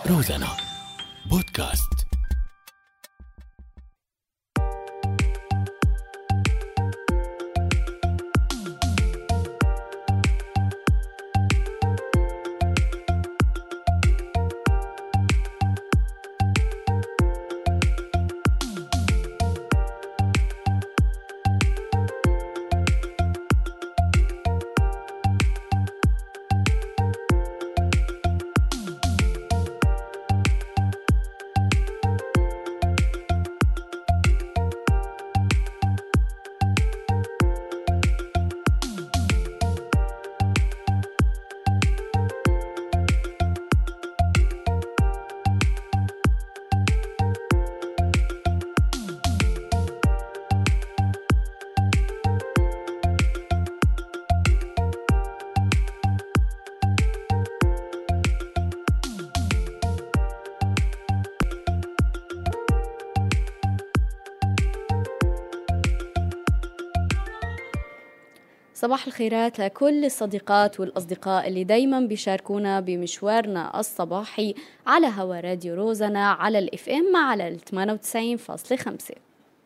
روزانا بودكاست. صباح الخيرات لكل الصديقات والأصدقاء اللي دايما بيشاركونا بمشوارنا الصباحي على هوا راديو روزانا على الإف إم على 98.5.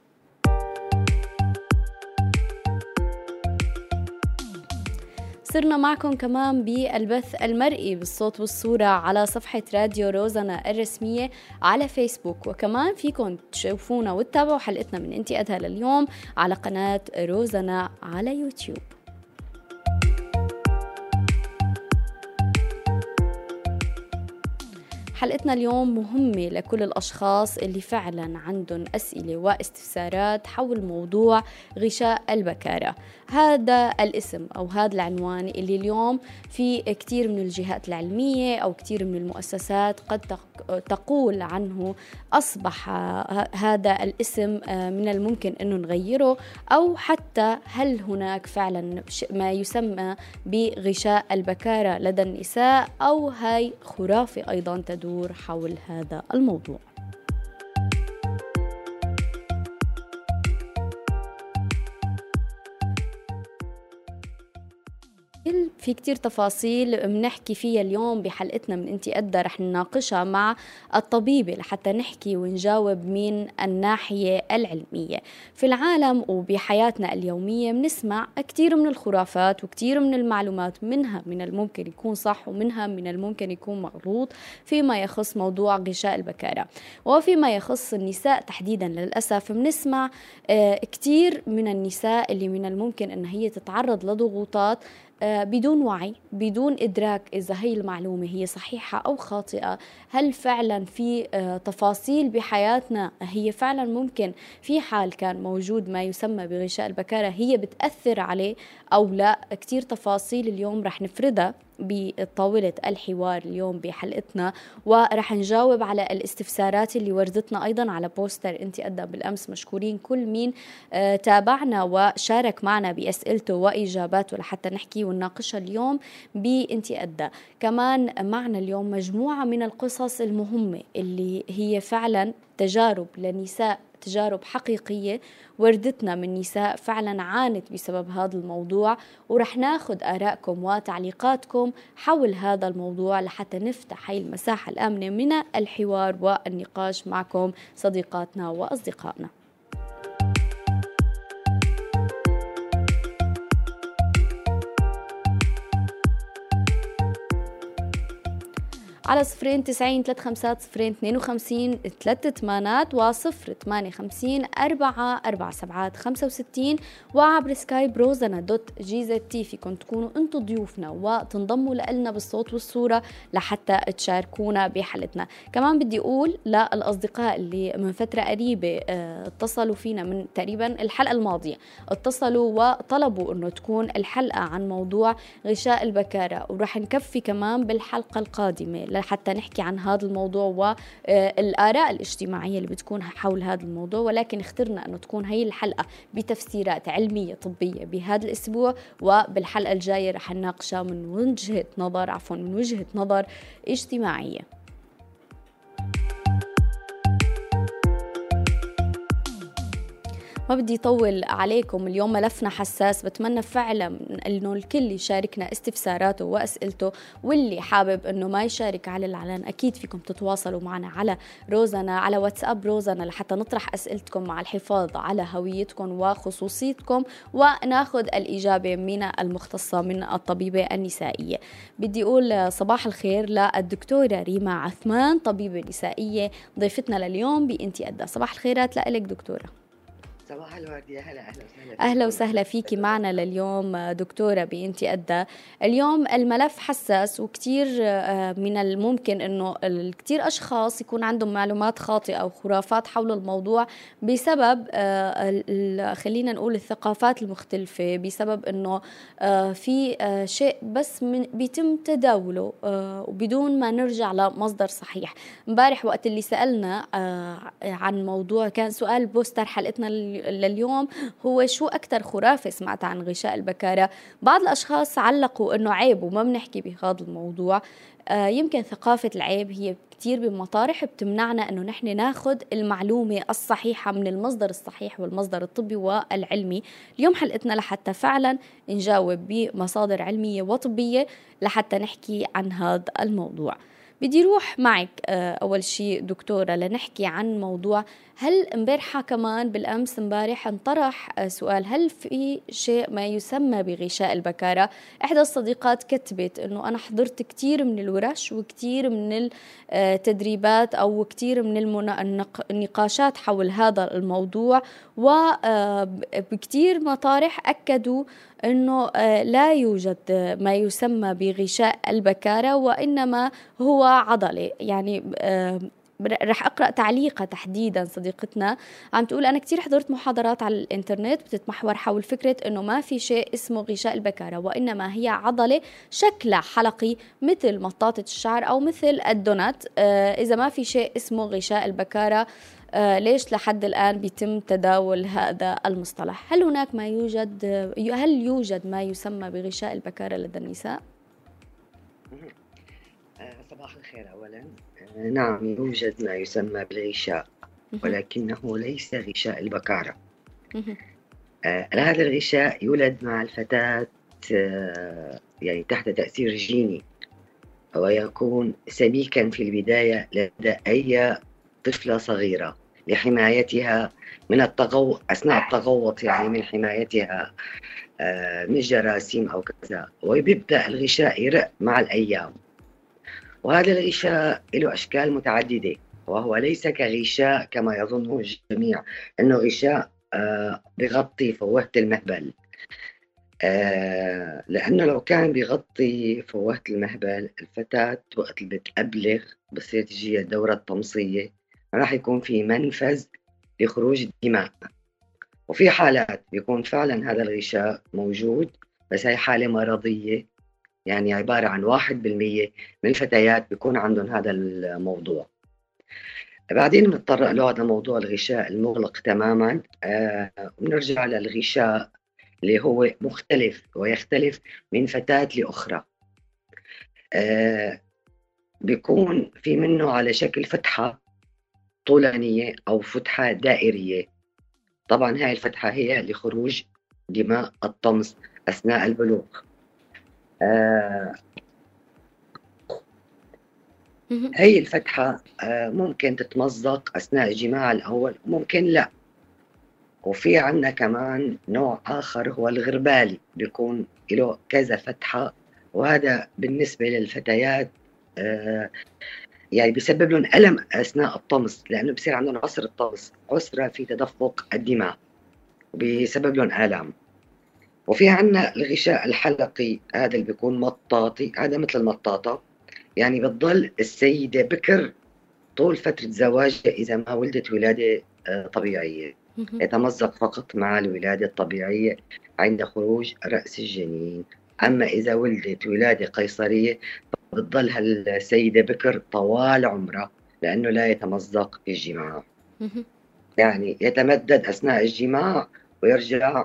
صرنا معكم كمان بالبث المرئي بالصوت والصورة على صفحة راديو روزانا الرسمية على فيسبوك، وكمان فيكم تشوفونا وتتابعوا حلقتنا من انتي أدهى لليوم على قناة روزانا على يوتيوب. حلقتنا اليوم مهمة لكل الأشخاص اللي فعلا عندهم أسئلة واستفسارات حول موضوع غشاء البكارة. هذا الاسم أو هذا العنوان اللي اليوم في كتير من الجهات العلمية أو كتير من المؤسسات قد تقول عنه أصبح هذا الاسم من الممكن أنه نغيره، أو حتى هل هناك فعلا ما يسمى بغشاء البكارة لدى النساء، أو هاي خرافة أيضا تدور حول هذا الموضوع. في كتير تفاصيل بنحكي فيها اليوم بحلقتنا من انتي أدى، رح نناقشها مع الطبيبة لحتى نحكي ونجاوب من الناحية العلمية. في العالم وبحياتنا اليومية بنسمع كتير من الخرافات وكتير من المعلومات، منها من الممكن يكون صح ومنها من الممكن يكون مغلوط فيما يخص موضوع غشاء البكارة. وفيما يخص النساء تحديدا للأسف بنسمع كتير من النساء اللي من الممكن أن هي تتعرض لضغوطات بدون وعي، بدون إدراك إذا هي المعلومة هي صحيحة أو خاطئة. هل فعلا في تفاصيل بحياتنا هي فعلا ممكن في حال كان موجود ما يسمى بغشاء البكارة هي بتأثر عليه أو لا؟ كتير تفاصيل اليوم رح نفردها بطاولة الحوار اليوم بحلقتنا، ورح نجاوب على الاستفسارات اللي وردتنا أيضا على بوستر انتي أدى بالأمس. مشكورين كل مين تابعنا وشارك معنا بأسئلته وإجاباته لحتى نحكي ونناقشها اليوم بانتي أدى. كمان معنا اليوم مجموعة من القصص المهمة اللي هي فعلا تجارب لنساء، تجارب حقيقية وردتنا من نساء فعلا عانت بسبب هذا الموضوع، ورح ناخد آرائكم وتعليقاتكم حول هذا الموضوع لحتى نفتح هاي المساحة الآمنة من الحوار والنقاش معكم صديقاتنا وأصدقائنا. على 090-35-052-3 و058-447-65 وعبر سكايب روزانا.gzt. فيكم تكونوا انتم ضيوفنا وتنضموا لنا بالصوت والصورة لحتى تشاركونا بحلقتنا. كمان بدي أقول للأصدقاء اللي من فترة قريبة اتصلوا فينا من تقريبا الحلقة الماضية، اتصلوا وطلبوا أنه تكون الحلقة عن موضوع غشاء البكارة، ورح نكفي كمان بالحلقة القادمة حتى نحكي عن هذا الموضوع والآراء الاجتماعية اللي بتكون حول هذا الموضوع. ولكن اخترنا أنه تكون هي الحلقة بتفسيرات علمية طبية بهذا الأسبوع، وبالحلقة الجاية رح نناقشها من وجهة نظر اجتماعية. ما بدي طول عليكم، اليوم ملفنا حساس، بتمنى فعلا انه الكل يشاركنا استفساراته واسئلته، واللي حابب انه ما يشارك على الإعلان اكيد فيكم تتواصلوا معنا على روزانا، على واتساب روزانا، لحتى نطرح اسئلتكم مع الحفاظ على هويتكم وخصوصيتكم وناخذ الاجابه من المختصه من الطبيبه النسائيه. بدي اقول صباح الخير للدكتوره ريما عثمان، طبيبه نسائيه ضيفتنا لليوم بانتي أدى. صباح الخيرات لك دكتورة. صباح الورد، يا هلا، أهلا وسهلا. أهلا وسهلا فيكي معنا لليوم دكتورة بإنتي أدى. اليوم الملف حساس، وكتير من الممكن أنه كتير أشخاص يكون عندهم معلومات خاطئة أو خرافات حول الموضوع بسبب خلينا نقول الثقافات المختلفة، بسبب أنه في شيء بس بيتم تداوله وبدون ما نرجع لمصدر صحيح. امبارح وقت اللي سألنا عن موضوع، كان سؤال بوستر حلقتنا لليوم هو شو أكتر خرافة سمعت عن غشاء البكارة. بعض الأشخاص علقوا أنه عيب وما بنحكي بهذا الموضوع. يمكن ثقافة العيب هي كتير بمطارح بتمنعنا أنه نحن ناخد المعلومة الصحيحة من المصدر الصحيح والمصدر الطبي والعلمي. اليوم حلقتنا لحتى فعلا نجاوب بمصادر علمية وطبية لحتى نحكي عن هذا الموضوع. بدي روح معك أول شيء دكتورة لنحكي عن موضوع. هل امبارحة كمان بالأمس امبارح انطرح سؤال، هل في شيء ما يسمى بغشاء البكارة؟ إحدى الصديقات كتبت أنه أنا حضرت كتير من الورش وكتير من التدريبات أو كتير من النقاشات حول هذا الموضوع، وبكتير مطارح أكدوا أنه لا يوجد ما يسمى بغشاء البكارة، وإنما هو عضلة. يعني رح أقرأ تعليقها تحديدا. صديقتنا عم تقول أنا كتير حضرت محاضرات على الإنترنت بتتمحور حول فكرة أنه ما في شيء اسمه غشاء البكارة، وإنما هي عضلة شكلها حلقي مثل مطاطة الشعر أو مثل الدونات. إذا ما في شيء اسمه غشاء البكارة، ليش لحد الآن بيتم تداول هذا المصطلح؟ هل هناك ما يوجد، هل يوجد ما يسمى بغشاء البكارة لدى النساء؟ صباح الخير. أولا نعم، يوجد ما يسمى بالغشاء، ولكنه ليس غشاء البكارة. هذا الغشاء يولد مع الفتاة يعني تحت تأثير جيني، ويكون سميكا في البداية لدى أي طفلة صغيرة لحمايتها من أثناء التغوط، يعني من حمايتها من الجراثيم أو كذا، ويبدأ الغشاء يرق مع الأيام. وهذا الغشاء له أشكال متعددة، وهو ليس كغشاء كما يظنه الجميع أنه غشاء بغطي فوهة المهبل، لأنه لو كان بغطي فوهة المهبل، الفتاة وقت اللي بتأبلغ بصير تجي الدورة الطمسية راح يكون في منفذ لخروج الدماء. وفي حالات بيكون فعلا هذا الغشاء موجود، بس هي حالة مرضية، يعني عبارة عن 1% من الفتيات بيكون عندهم هذا الموضوع. بعدين بنتطرق له هذا موضوع الغشاء المغلق تماما. ونرجع للغشاء اللي هو مختلف ويختلف من فتاة لأخرى. بيكون في منه على شكل فتحة طولانية أو فتحة دائرية. طبعا هاي الفتحة هي لخروج دماء الطمس أثناء البلوغ. هي الفتحة ممكن تتمزق أثناء الجماع الأول، ممكن لا. وفي عنا كمان نوع آخر هو الغربالي، بيكون له كذا فتحة، وهذا بالنسبة للفتيات يعني بيسبب لهم ألم أثناء الطمس، لأنه بصير عندهم عسر الطمس، عسرة في تدفق الدماء، وبيسبب لهم آلام. وفي عنا الغشاء الحلقي، هذا اللي بيكون مطاطي، هذا مثل المطاطة، يعني بتضل السيدة بكر طول فترة زواجها إذا ما ولدت ولادة طبيعية، يتمزق فقط مع الولادة الطبيعية عند خروج رأس الجنين. أما إذا ولدت ولادة قيصرية بتضل هالسيدة بكر طوال عمرها، لأنه لا يتمزق في الجماع، يعني يتمدد أثناء الجماع ويرجع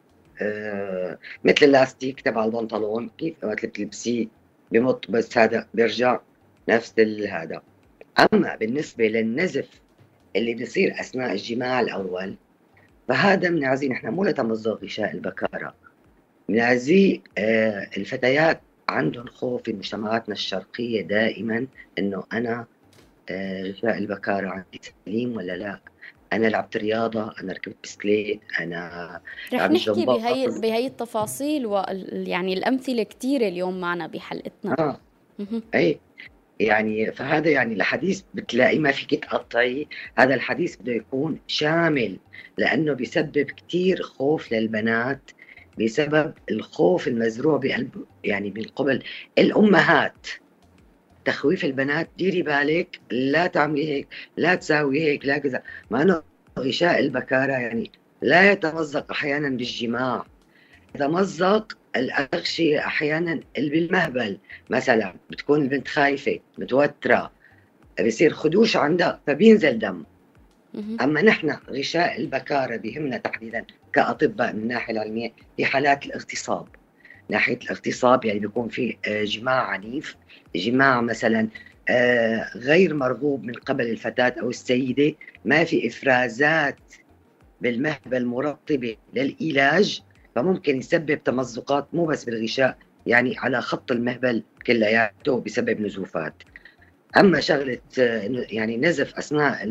مثل اللاستيك تبع البنطلون، كيف وقت بتلبسيه بمط، بس هذا بيرجع نفس هذا. أما بالنسبة للنزف اللي بيصير أثناء الجماع الأول، فهذا بنعزيه نحن مو لتمزق غشاء البكارة، بنعزيه. الفتيات عندهم خوف في مجتمعاتنا الشرقية دائما إنه أنا غشاء البكارة عندي سليم ولا لا، أنا لعبت رياضة، أنا ركبت بسكليت، أنا رح لعبت نحكي جمباز. بهي التفاصيل يعني الأمثلة كتيرة اليوم معنا بحلقتنا. أي يعني فهذا يعني الحديث بتلاقي ما فيك تقطعي، هذا الحديث بده يكون شامل، لأنه بيسبب كتير خوف للبنات بسبب الخوف المزروع بقلب يعني من قبل الأمهات. تخويف البنات، ديري بالك لا تعملي هيك، لا تساوي هيك، لا كذا. مع انه غشاء البكارة يعني لا يتمزق احيانا بالجماع، يتمزق الاغشية احيانا اللي بالمهبل، مثلا بتكون البنت خايفة متوترة، بصير خدوش عندها فبينزل دم. اما نحن غشاء البكارة بيهمنا تحديدا كاطباء من الناحية العلمية في حالات الاغتصاب. ناحية الاغتصاب يعني بيكون في جماع عنيف، جماع مثلا غير مرغوب من قبل الفتاة أو السيدة، ما في إفرازات بالمهبل مرطبة للعلاج، فممكن يسبب تمزقات مو بس بالغشاء، يعني على خط المهبل كلياته بسبب نزوفات. أما شغلة يعني نزف أثناء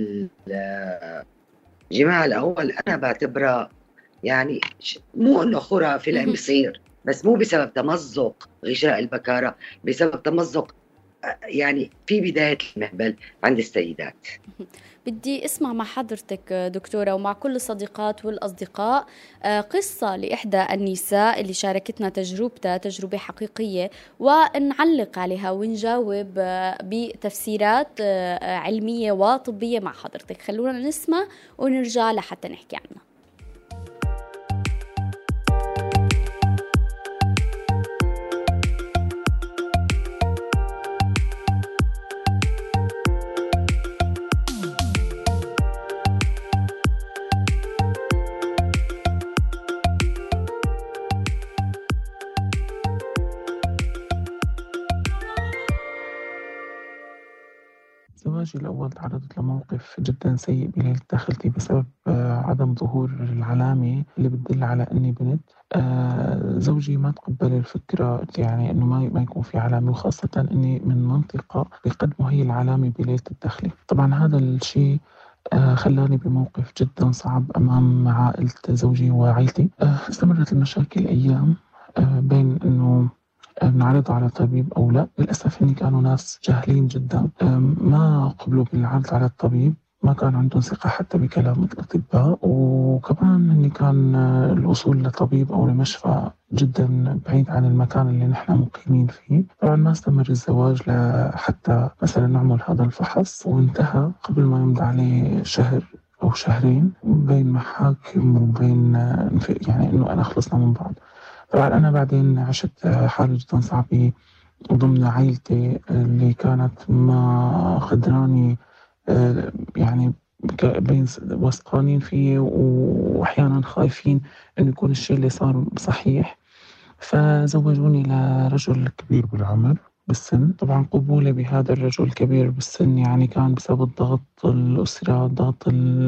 الجماع الأول أنا بعتبرها يعني مو إنه خرافي، لأن بيصير بس مو بسبب تمزق غشاء البكارة، بسبب تمزق يعني في بداية المهبل عند السيدات. بدي اسمع مع حضرتك دكتورة ومع كل الصديقات والأصدقاء قصة لإحدى النساء اللي شاركتنا تجربتها، تجربة حقيقية، ونعلق عليها ونجاوب بتفسيرات علمية وطبية مع حضرتك. خلونا نسمع ونرجع لحتى نحكي عنها. زواجي الأول تعرضت لموقف جدا سيء بليلة دخلتي بسبب عدم ظهور العلامة اللي بتدل على أني بنت. زوجي ما تقبل الفكرة يعني أنه ما يكون في علامة، وخاصة أني من منطقة بيقدموا هي العلامة بليلة الدخلة. طبعا هذا الشيء خلاني بموقف جدا صعب أمام عائلة زوجي وعائلتي. استمرت المشاكل أيام بين أنه نعرض على طبيب أو لا. للأسف إن كانوا ناس جاهلين جدا، ما قبلوا بالعرض على الطبيب، ما كان عندهم ثقة حتى بكلام الأطباء، وكمان إن كان الوصول لطبيب أو لمشفى جدا بعيد عن المكان اللي نحن مقيمين فيه. طبعا ما استمر الزواج لحتى مثلا نعمل هذا الفحص، وانتهى قبل ما يمضي عليه شهر أو شهرين بين محاكم وبين يعني إنه أنا خلصنا من بعض. طبعا أنا بعدين عشت حالة جدا صعبة ضمن عائلتي اللي كانت ما قدراني يعني بين واثقانين فيه وأحيانا خايفين إنه يكون الشيء اللي صار صحيح. فزوجوني لرجل كبير بالعمر بالسن. طبعا قبولي بهذا الرجل الكبير بالسن يعني كان بسبب الضغط الأسرة، الضغط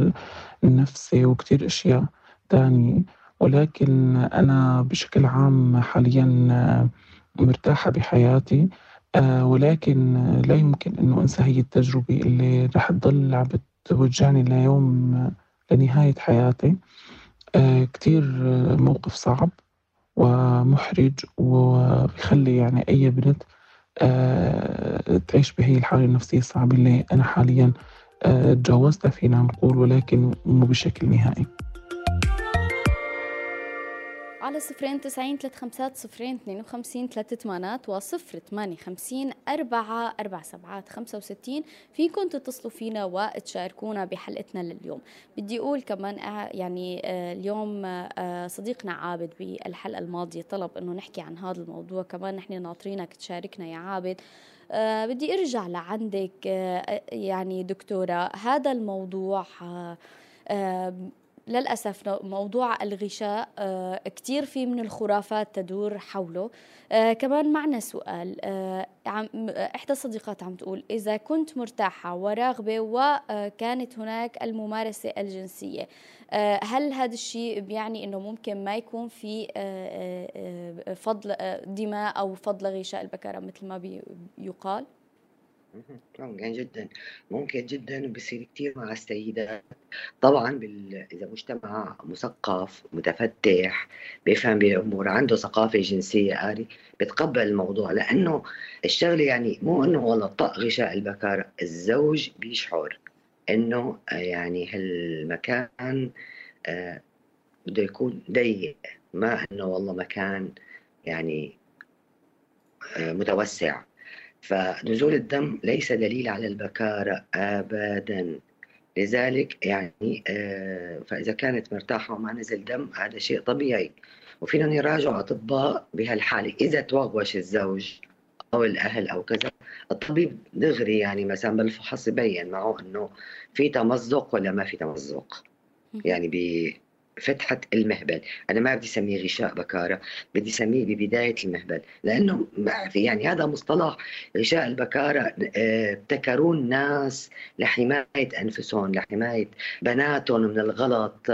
النفسي وكتير أشياء تانية. ولكن أنا بشكل عام حاليا مرتاحة بحياتي، ولكن لا يمكن أنه أنسى هي التجربة اللي رح تضل عم بتوجعني لنهاية حياتي. كتير موقف صعب ومحرج، وبيخلي يعني أي بنت تعيش بهي الحالة النفسية الصعبة اللي أنا حاليا تجاوزتها فينا نقول، ولكن مو بشكل نهائي. على 090350253 و088544765 فيكم تتصلوا فينا وتشاركونا بحلقتنا لليوم. بدي أقول كمان يعني اليوم صديقنا عابد بالحلقة الماضية طلب أنه نحكي عن هذا الموضوع، كمان نحن ناطرينك تشاركنا يا عابد. بدي أرجع لعندك يعني دكتورة، هذا الموضوع للأسف موضوع الغشاء كتير في من الخرافات تدور حوله. كمان معنا سؤال، إحدى الصديقات عم تقول إذا كنت مرتاحة وراغبة وكانت هناك الممارسة الجنسية، هل هذا الشيء بيعني أنه ممكن ما يكون في فضل دماء أو فضل غشاء البكارة مثل ما بيقال؟ ممكن جدا، ممكن جدا، وبصير كتير مع السيدات. طبعا إذا مجتمع مثقف متفتح بيفهم بالأمور، عنده ثقافة جنسية قاري، بتقبل الموضوع. لأنه الشغلة يعني مو إنه والله طق غشاء البكارة، الزوج بيشعر إنه يعني هالمكان بده يكون ضيق، ما إنه والله مكان يعني متوسع. فنزول الدم ليس دليل على البكارة أبدا. لذلك يعني فإذا كانت مرتاحة وما نزل دم هذا شيء طبيعي، وفينا نراجع أطباء بهالحالة. إذا توغوش الزوج أو الأهل أو كذا، الطبيب دغري يعني مثلا بالفحص يبين معه إنه في تمزق ولا ما في تمزق، يعني بفتحة المهبل. أنا ما بدي أسميه غشاء بكارة، بدي أسميه ببداية المهبل، لأنه ما في يعني هذا مصطلح غشاء البكارة ابتكروه الناس لحماية أنفسهم، لحماية بناتهم من الغلط.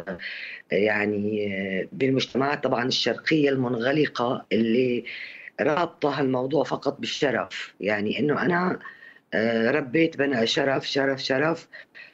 يعني بالمجتمعات طبعا الشرقية المنغلقة اللي رابطة الموضوع فقط بالشرف، يعني إنه أنا ربيت بنا شرف شرف شرف.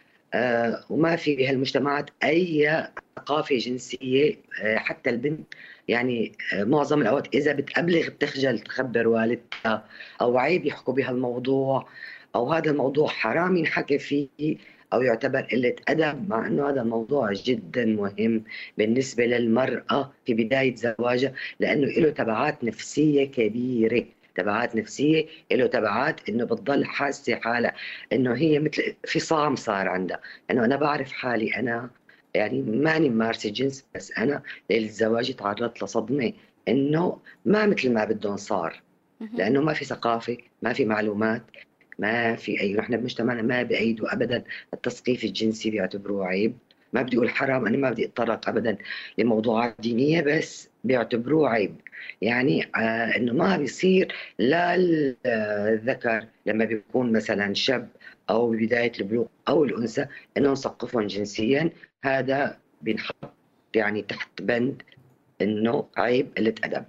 وما في بهالمجتمعات أي ثقافة جنسية. حتى البنت يعني معظم الأوقات إذا بتأبلغ بتخجل تخبر والدها، أو عيب يحكوا بهالموضوع، أو هذا الموضوع حرام ينحكي فيه، أو يعتبر قلة أدب، مع أنه هذا الموضوع جدا مهم بالنسبة للمرأة في بداية زواجها، لأنه له تبعات نفسية كبيرة. تبعات نفسية، له تبعات إنه بتضل حاسة حالها إنه هي مثل فصام صار عندها، إنه أنا بعرف حالي أنا يعني ماني ممارسة جنس، بس أنا ليلة الزواج تعرضت لصدمة إنه ما مثل ما بدهم صار، لأنه ما في ثقافة، ما في معلومات، ما في أي. نحن بمجتمعنا ما بأيدوا أبدا التثقيف الجنسي، بيعتبروه عيب. ما بدي أقول حرام، أنا ما بدي أتطرق أبدا لموضوعات دينية، بس بيعتبروه عيب. يعني إنه ما بيصير لا الذكر لما بيكون مثلا شاب أو ببداية البلوغ أو الأنثى إنه نثقفهم جنسيا، هذا بينحط يعني تحت بند إنه عيب قلة أدب.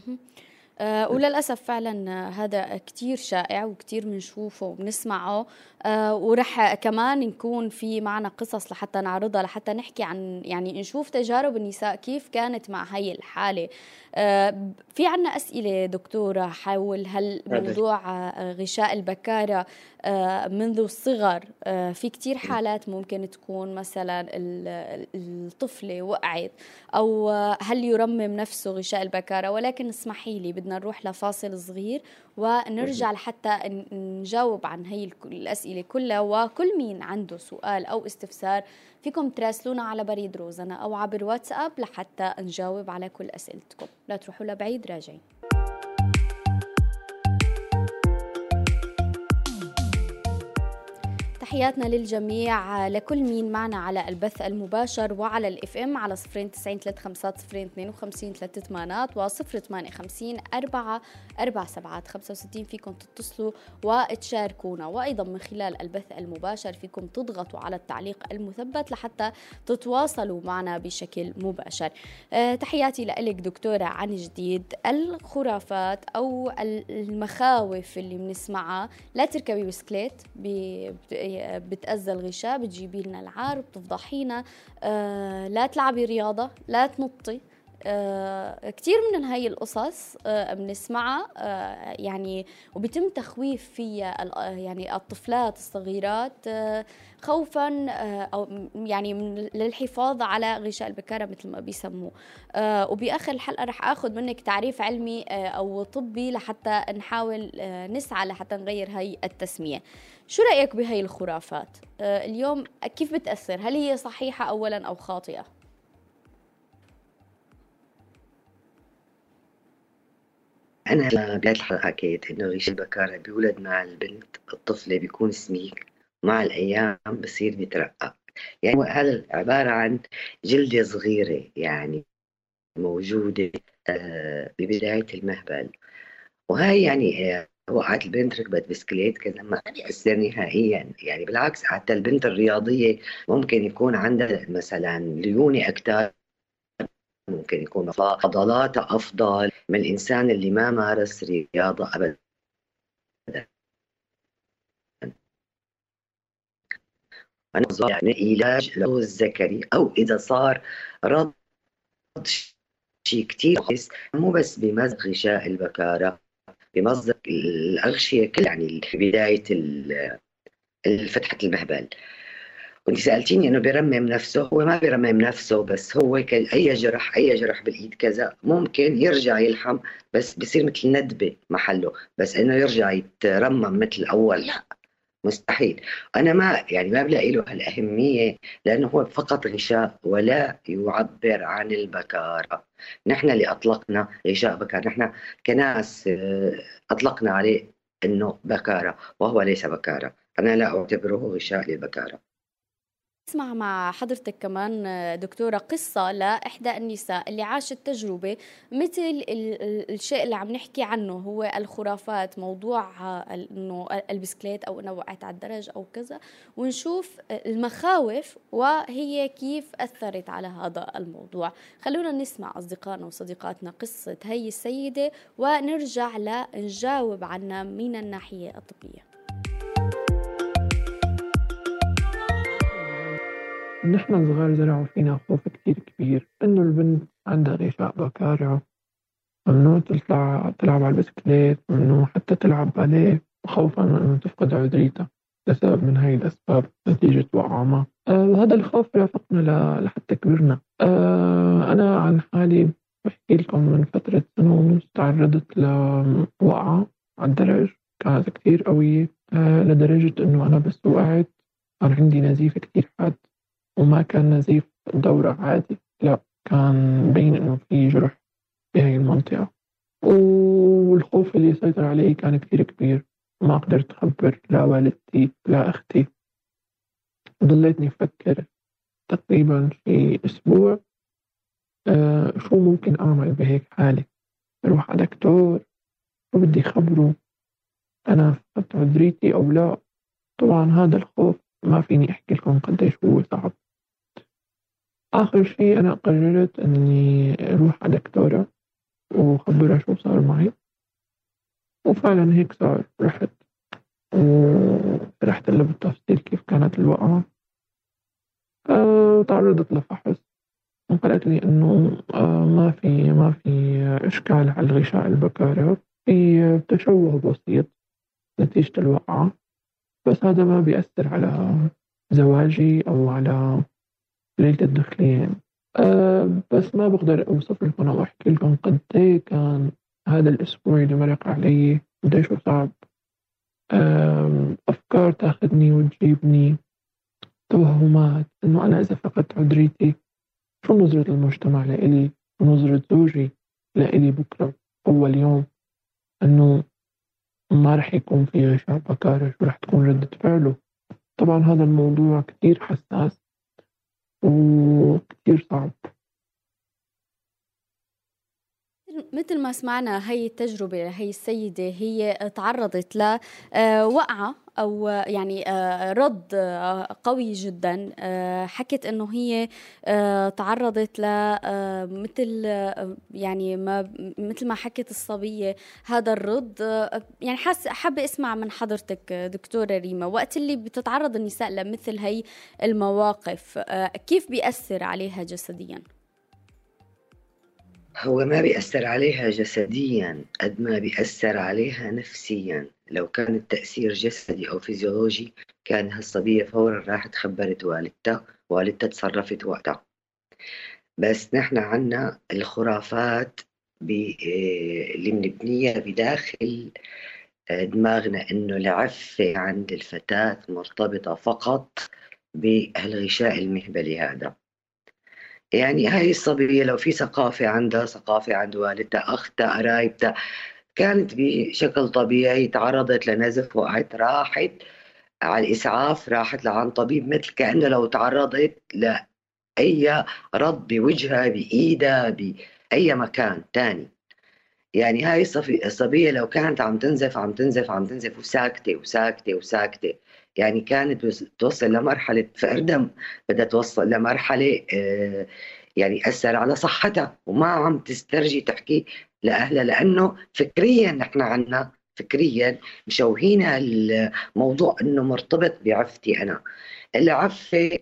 وللأسف فعلا هذا كتير شائع وكتير بنشوفه وبنسمعه. ورح كمان نكون في معنا قصص لحتى نعرضها، لحتى نحكي عن يعني نشوف تجارب النساء كيف كانت مع هاي الحالة. في عنا أسئلة دكتورة حول هل موضوع غشاء البكارة منذ الصغر. في كتير حالات ممكن تكون مثلا الطفلة وقعت، أو هل يرمم نفسه غشاء البكارة. ولكن اسمحي لي بدنا نروح لفاصل صغير ونرجع لحتى نجاوب عن هي الأسئلة كلها. وكل مين عنده سؤال أو استفسار فيكم تراسلونا على بريد روزانا أو عبر واتساب لحتى نجاوب على كل أسئلتكم. لا تروحوا لبعيد، راجعين. تحياتنا للجميع، لكل مين معنا على البث المباشر وعلى الاف ام على 093-35-052-3 و 058-447-65. فيكم تتصلوا وتشاركونا، وايضا من خلال البث المباشر فيكم تضغطوا على التعليق المثبت لحتى تتواصلوا معنا بشكل مباشر. تحياتي لك دكتورة عن جديد. الخرافات او المخاوف اللي بنسمعها، لا تركبي بسكليت، بتأذى الغشاء، بتجيبي لنا العار، بتفضحينا، لا تلعبي رياضة، لا تنطي. كتير من هاي القصص بنسمعها يعني، وبيتم تخويف فيها يعني الطفلات الصغيرات خوفا أو يعني للحفاظ على غشاء البكارة مثل ما بيسموه. وبآخر الحلقة رح أخذ منك تعريف علمي أو طبي لحتى نحاول نسعى لحتى نغير هاي التسمية. شو رأيك بهاي الخرافات اليوم؟ كيف بتأثر؟ هل هي صحيحة أولا أو خاطئة؟ أنا بداية الحلقة حكيت إنه غشاء البكارة بيولد مع البنت، الطفلة بيكون سميك، مع الأيام بصير بيترقق. يعني هذا عبارة عن جلدة صغيرة يعني موجودة ببداية المهبل. وهي يعني وقعت البنت ركبت بسكليت كذا ما بيأثر نهائيا، يعني بالعكس حتى البنت الرياضية ممكن يكون عندها مثلا ليونة أكثر، ممكن يكون عضلاتها أفضل من الإنسان اللي ما مارس رياضة أبدا. أنا يعني علاج له الذكري أو إذا صار رض شيء كتير مو بس بمزق غشاء البكارة، بمزق الأغشية كل يعني بداية فتحة المهبل. وانت سألتيني انه بيرمم نفسه، هو ما بيرمم نفسه، بس هو اي جرح بالايد كذا ممكن يرجع يلحم، بس بصير مثل ندبة محله، بس انه يرجع يترمم مثل الاول لا، مستحيل. انا ما بلاقي له هالاهميه، لانه هو فقط غشاء ولا يعبر عن البكاره. نحن اللي اطلقنا غشاء بكاره، نحن كناس اطلقنا عليه انه بكاره وهو ليس بكاره. انا لا اعتبره غشاء للبكاره. اسمع مع حضرتك كمان دكتورة قصة لإحدى النساء اللي عاشت تجربة مثل الشيء اللي عم نحكي عنه، هو الخرافات، موضوع إنه البسكليت أو إنه وقعت على الدرج أو كذا، ونشوف المخاوف وهي كيف أثرت على هذا الموضوع. خلونا نسمع أصدقائنا وصديقاتنا قصة هي السيدة ونرجع نجاوب عنها من الناحية الطبية. نحن صغار زرعوا فينا خوف كتير كبير إنه البنت عندها غشاء بكارة، ممنوع تلعب على البسكليت، ممنوع حتى تلعب باليه، خوفا من إنه تفقد عذريتها لسبب من هاي الأسباب نتيجة وقعة ما. وهذا الخوف رافقنا لحتى كبرنا. أنا عن حالي بحكي لكم من فترة سنة ونص تعرضت لوقعة على الدرج كانت كتير قوية، لدرجة إنه أنا بس وقعت صار عندي نزيف كتير حاد، وما كان نزيف دورة عادي، لا كان مبين إنه في جرح في هاي المنطقة. والخوف اللي سيطر علي كان كتير كبير، ما قدرت أخبر لا والدتي لا أختي. ضليتني أفكر تقريبا في أسبوع شو ممكن أعمل بهيك حالة، أروح على دكتور، شو بدي أخبره، أنا فقدت عذريتي أو لا. طبعا هذا الخوف ما فيني أحكي لكم قديش هو صعب. آخر شيء أنا قررت إني أروح على دكتورة وخبرها شو صار معي، وفعلا هيك صار. رحت لها بالتفصيل كيف كانت الوقعة. تعرضت لفحص وقالت لي إنه ما في إشكال على الغشاء البكارة، في تشوه بسيط نتيجة الوقعة، بس هذا ما بيأثر على زواجي أو على ليلة الدخلين. بس ما بقدر أوصف لكم أو أحكي لكم قد إيه كان هذا الأسبوع اللي مرق علي قديش صعب. أفكار تاخذني وتجيبني، توهمات إنه أنا إذا فقدت عذريتي شو نظرة المجتمع لإلي، ونظرة زوجي لإلي بكرة أول يوم، إنه ما رح يكون في غشاء بكارة، شو رح تكون ردة فعله. طبعا هذا الموضوع كتير حساس وكتير صعب. مثل ما سمعنا، هي التجربة، هي السيدة هي تعرضت لوقعة أو يعني رد قوي جدا. حكت إنه هي تعرضت ل مثل يعني مثل ما حكت الصبية هذا الرد. يعني حابة أسمع من حضرتك دكتورة ريما، وقت اللي بتتعرض النساء لمثل هي المواقف كيف بيأثر عليها جسديا؟ هو ما بيأثر عليها جسديا قد ما بيأثر عليها نفسيا. لو كان التأثير جسدي أو فيزيولوجي كان هالصبية فورا راحت خبرت والدتها تصرفت وقتها. بس نحن عنا الخرافات اللي منبنية بداخل دماغنا إنه العفة عند الفتاة مرتبطة فقط بهالغشاء المهبلي هذا. يعني هاي الصبية لو في ثقافة عندها، ثقافة عند والدتها، أختها، قرايبتها، كانت بشكل طبيعي تعرضت لنزف، وقعت، راحت على الإسعاف راحت لعن طبيب، مثل كأنه لو تعرضت لأي رد بوجهها بإيدها بأي مكان تاني. يعني هاي الصبية لو كانت عم تنزف عم تنزف عم تنزف وساكتة وساكتة وساكتة، يعني كانت توصل لمرحلة فقر دم، بدها توصل لمرحلة يعني أثر على صحتها، وما عم تسترجي تحكي لأهلها، لأنه فكريا نحن عنا فكريا مشوهين الموضوع إنه مرتبط بعفتي أنا. العفة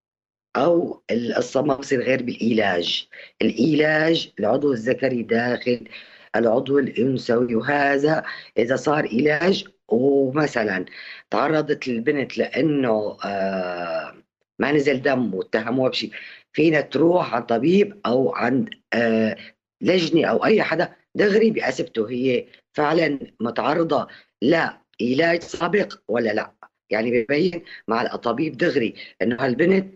أو القصة ما بصير غير بالعلاج. العلاج العضو الذكري داخل العضو الأنثوي، وهذا إذا صار علاج ومثلا تعرضت البنت لأنه ما نزل دم واتهموها بشيء، فينا تروح عند طبيب أو عند لجنة أو أي حدا دغري بأسبته هي فعلا متعرضة لا علاج سابق ولا لا. يعني بيبين مع الطبيب دغري انه هالبنت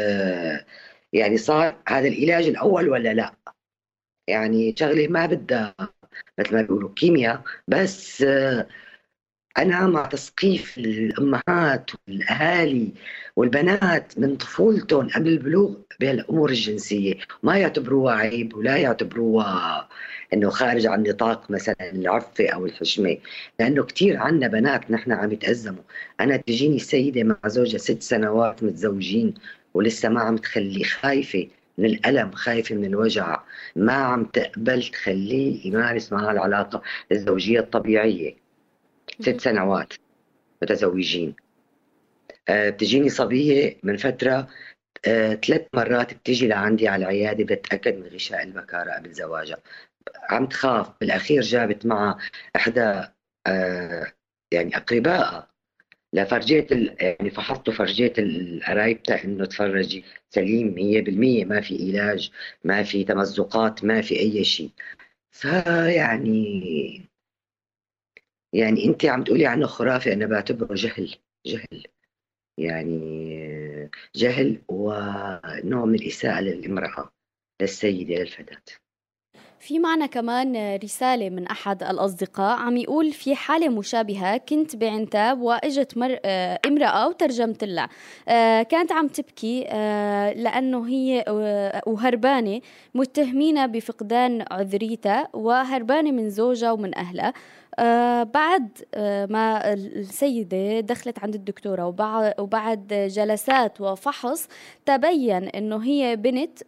يعني صار هذا العلاج الاول ولا لا. يعني شغله ما بدها مثل ما بيقولوا كيمياء، بس أنا مع تثقيف الأمهات والأهالي والبنات من طفولتهم قبل البلوغ بهالأمور الجنسية، ما يعتبروها عيب ولا يعتبروها إنه خارج عن نطاق مثلا العفة أو الحشمة، لأنه كتير عنا بنات نحن عم يتأزموا. أنا تجيني سيدة مع زوجها 6 سنوات متزوجين ولسه ما عم تخلي، خايفة من الألم، خايفة من الوجع، ما عم تقبل تخليه يمارس معها العلاقة الزوجية الطبيعية. 6 سنوات متزوجين. بتجيني صبية من فترة 3 مرات بتيجي لعندي على العيادة بتأكد من غشاء البكارة قبل زواجها، عم تخاف. بالأخير جابت معها إحدى يعني أقربائها لفرجيت يعني فحصته، فرجيت قرايبتها إنه تفرجي سليم 100%، ما في علاج، ما في تمزقات، ما في أي شيء. فيعني يعني انت عم تقولي عنه خرافي، انا بعتبره جهل. جهل يعني جهل ونوع من الإساءة للامرأة، للسيدة، للفتاة. في معنا كمان رسالة من أحد الأصدقاء عم يقول: في حالة مشابهة كنت بعنتاب وإجت امرأة وترجمت لها. كانت عم تبكي لأنه هي وهربانة، متهمينها بفقدان عذريتها وهربانة من زوجها ومن أهلها. بعد ما السيدة دخلت عند الدكتورة وبعد جلسات وفحص تبين انه هي بنت،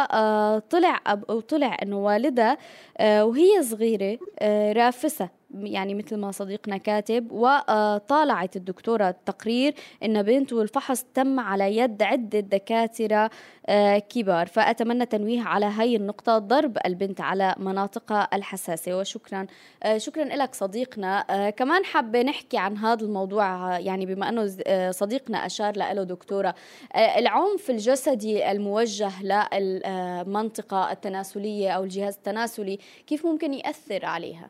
وطلع انه والدها وهي صغيرة رافسة، يعني مثل ما صديقنا كاتب. وطالعت الدكتورة التقرير إن بنت، والفحص تم على يد عدة دكاترة كبار. فأتمنى تنويه على هاي النقطة، ضرب البنت على مناطقها الحساسة. وشكرا شكرا لك صديقنا. كمان حابة نحكي عن هذا الموضوع، يعني بما أنه صديقنا أشار له دكتورة، العنف الجسدي الموجه للمنطقة التناسلية أو الجهاز التناسلي، كيف ممكن يأثر عليها؟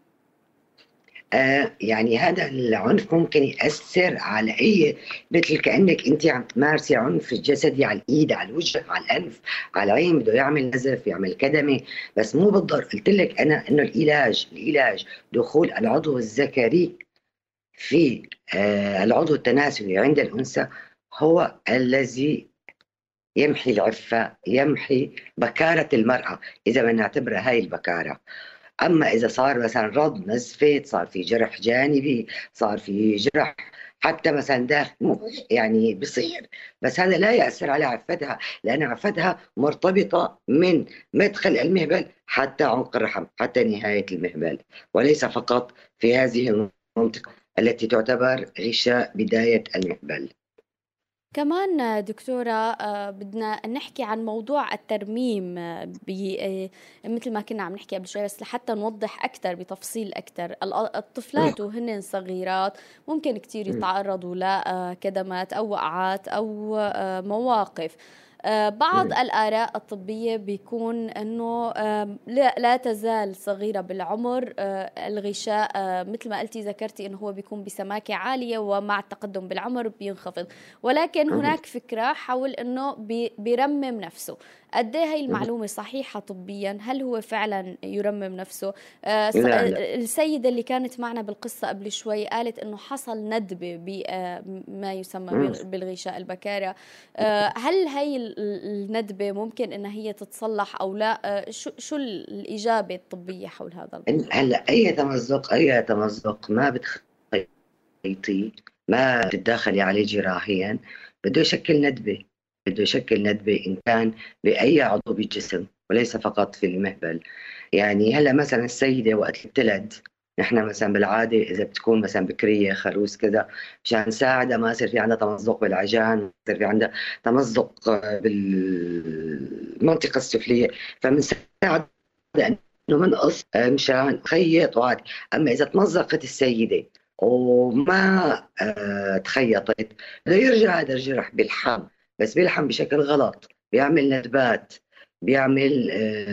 يعني هذا العنف ممكن يأثر على أي، مثل كأنك أنت عم تمارسي عنف جسدي على الإيد، على الوجه، على الأنف، على العين، بده يعمل نزف، يعمل كدمة، بس مو بالضرب. قلت لك أنا إنه العلاج دخول العضو الذكري في العضو التناسلي عند الأنثى هو الذي يمحي العفة، يمحي بكارة المرأة إذا بدنا نعتبرها هاي البكارة. أما إذا صار مثلا رض، نزفت، صار في جرح جانبي، صار في جرح حتى مثلا داخل، يعني بصير، بس هذا لا يأثر على عفتها، لأن عفتها مرتبطة من مدخل المهبل حتى عنق الرحم، حتى نهاية المهبل، وليس فقط في هذه المنطقة التي تعتبر غشاء بداية المهبل. كمان دكتورة بدنا نحكي عن موضوع الترميم، مثل ما كنا عم نحكي قبل شوي، بس لحتى نوضح أكثر بتفصيل أكثر. الطفلات وهن صغيرات ممكن كتير يتعرضوا لكدمات أو وقعات أو مواقف. بعض الآراء الطبية بيكون أنه لا تزال صغيرة بالعمر، الغشاء مثل ما قلتي ذكرتي أنه هو بيكون بسماكة عالية ومع التقدم بالعمر بينخفض، ولكن هناك فكرة حول أنه بيرمم نفسه. قد ايه هي المعلومة صحيحة طبيا؟ هل هو فعلا يرمم نفسه؟ لا. السيدة اللي كانت معنا بالقصة قبل شوي قالت انه حصل ندبة بما يسمى بالغشاء البكارة. هل هي الندبة ممكن انها هي تتصلح او لا؟ شو الإجابة الطبية حول هذا الموضوع؟ هلا اي تمزق ما بتخيطي، ما بتتداخلي عليه جراحيا، بده يشكل ندبة. إن كان بأي عضو بالجسم وليس فقط في المهبل. يعني هلا مثلا السيدة وقت بتلد، نحن مثلا بالعادة إذا بتكون مثلا بكرية خروس كذا، مشان نساعدها ما يصير في عندها تمزق بالعجان، ما يصير في عندها تمزق بالمنطقة السفلية، فبنساعد انه منقص مشان خيط وعادي. اما اذا تمزقت السيده وما تخيطت، بده يرجع هذا الجرح بيلحم، بس بيلحم بشكل غلط، بيعمل ندبات، بيعمل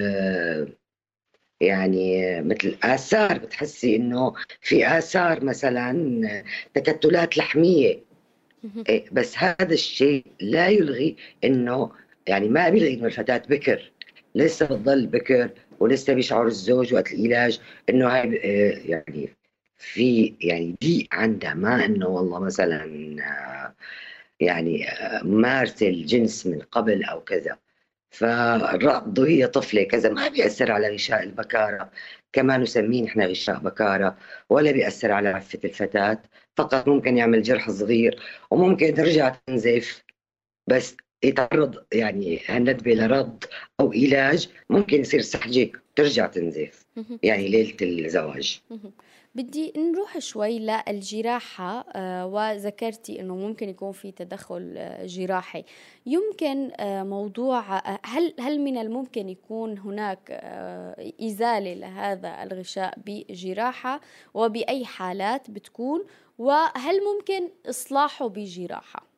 يعني مثل آثار، بتحسي إنه في آثار مثلا تكتلات لحمية. بس هذا الشيء لا يلغي إنه، يعني ما بيلغي إنه الفتاة بكر، لسه بتضل بكر، ولسه بيشعر الزوج وقت العلاج إنه هاي يعني في يعني ضيق عندها، ما إنه والله مثلا يعني مارسة الجنس من قبل أو كذا. فالرض وهي طفلة كذا ما بيأثر على غشاء البكارة، كما نسميه نحن غشاء بكارة، ولا بيأثر على عفة الفتاة، فقط ممكن يعمل جرح صغير وممكن ترجع تنزف، بس يتعرض يعني هالندبة لرض أو علاج، ممكن يصير سحجة ترجع تنزف يعني ليلة الزواج. بدي نروح شوي للجراحة، وذكرتي أنه ممكن يكون في تدخل جراحي. يمكن موضوع هل من الممكن يكون هناك إزالة لهذا الغشاء بجراحة، وبأي حالات بتكون، وهل ممكن إصلاحه بجراحة؟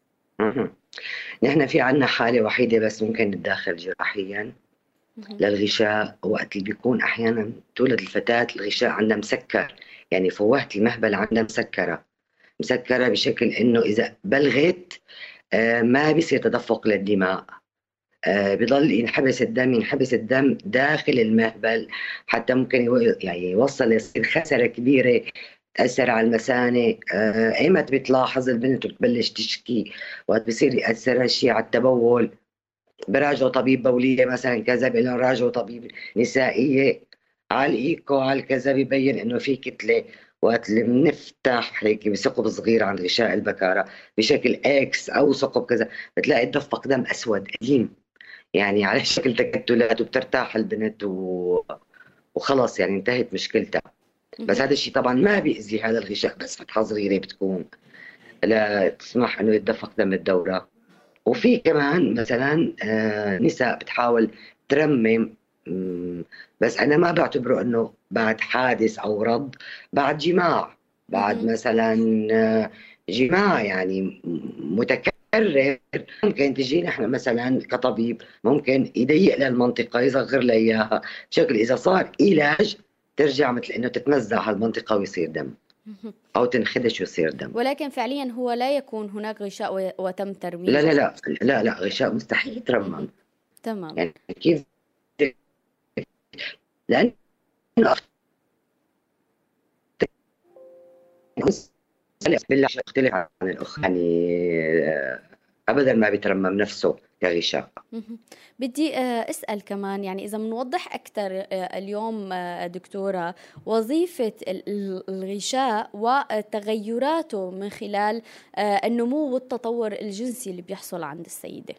نحن في عنا حالة وحيدة بس ممكن نتداخل جراحيا للغشاء، وقت اللي بيكون أحيانا تولد الفتاة الغشاء عندها مسكر، يعني فوهة المهبل عندها مسكرة بشكل إنه إذا بلغت ما بيصير تدفق للدماء، بضل ينحبس الدم داخل المهبل، حتى ممكن يعني يوصل يصير خسرة كبيرة تأثر على المثانة. ايمت بتلاحظ البنت بتبلش تشكي وقت بصير يأثر هالشيء على التبول، براجعوا طبيب بولية مثلا كذا، بيقول لهم راجعوا طبيب نسائية، على الإيكو على الكذا بيبين إنه في كتلة. وقت اللي بنفتح هيك بثقب صغير عند غشاء البكارة بشكل إكس أو ثقب كذا، بتلاقي تدفق دم أسود قديم يعني على شكل تكتلات، وبترتاح البنت وخلص يعني انتهت مشكلتها. بس هذا الشيء طبعا ما بيأذي هذا الغشاء، بس فتحة صغيرة بتكون لا تسمح إنه يتدفق دم الدورة. وفي كمان مثلا نساء بتحاول ترمم، بس أنا ما بعتبره إنه بعد حادث أو رض، بعد جماع، بعد مثلا جماع يعني متكرر، ممكن تجينا احنا مثلا كطبيب ممكن يضيق للمنطقة، يصغر لها إياها بشكل إذا صار علاج ترجع مثل إنه تتمزع هالمنطقة ويصير دم، أو تنخدش ويصير دم. ولكن فعليا هو لا يكون هناك غشاء وتم ترميمه. لا لا لا لا لا، غشاء مستحيل يترمم. تمام. يعني كيف؟ لأن بالله يختلف عن الأخ، يعني أبدا ما بيترمم نفسه كغشاء. بدي أسأل كمان، يعني إذا منوضح أكثر اليوم دكتورة وظيفة الغشاء وتغيراته من خلال النمو والتطور الجنسي اللي بيحصل عند السيدة.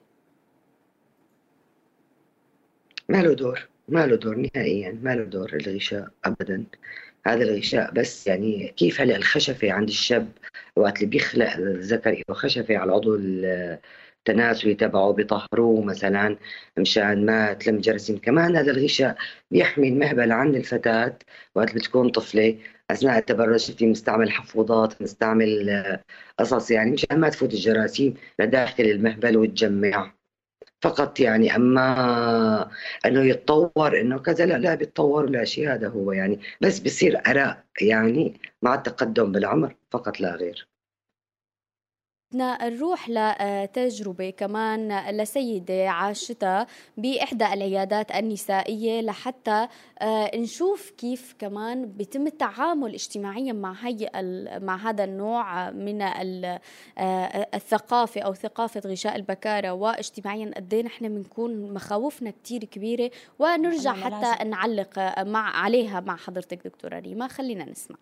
ما له دور نهائيا، ما له دور الغشاء أبدا. هذا الغشاء بس يعني كيف هلا الخشفة عند الشاب وقت اللي بيخلق الذكر خشفة على العضو التناسلي تبعه بيطهروه مثلا مشان ما تلم جراثيم. كمان هذا الغشاء بيحمي المهبل عند الفتاة وقت بتكون طفلة أثناء التبرج، في مستعمل حفوضات، مستعمل قصص يعني مشان ما تفوت الجراثيم لداخل المهبل وتجمع. فقط يعني. أما أنه يتطور إنه كذا، لا لا بيتطور ولا شيء، هذا هو يعني، بس بصير آراء يعني مع التقدم بالعمر فقط لا غير. بدنا نروح لتجربة كمان لسيدة عاشتها بإحدى العيادات النسائية لحتى نشوف كيف كمان بيتم التعامل اجتماعيا مع هذا النوع من الثقافة أو ثقافة غشاء البكارة، واجتماعيا قد ايه نحن بنكون مخاوفنا كتير كبيرة، ونرجع حتى نعلق عليها مع حضرتك دكتورة ريما. خلينا نسمع.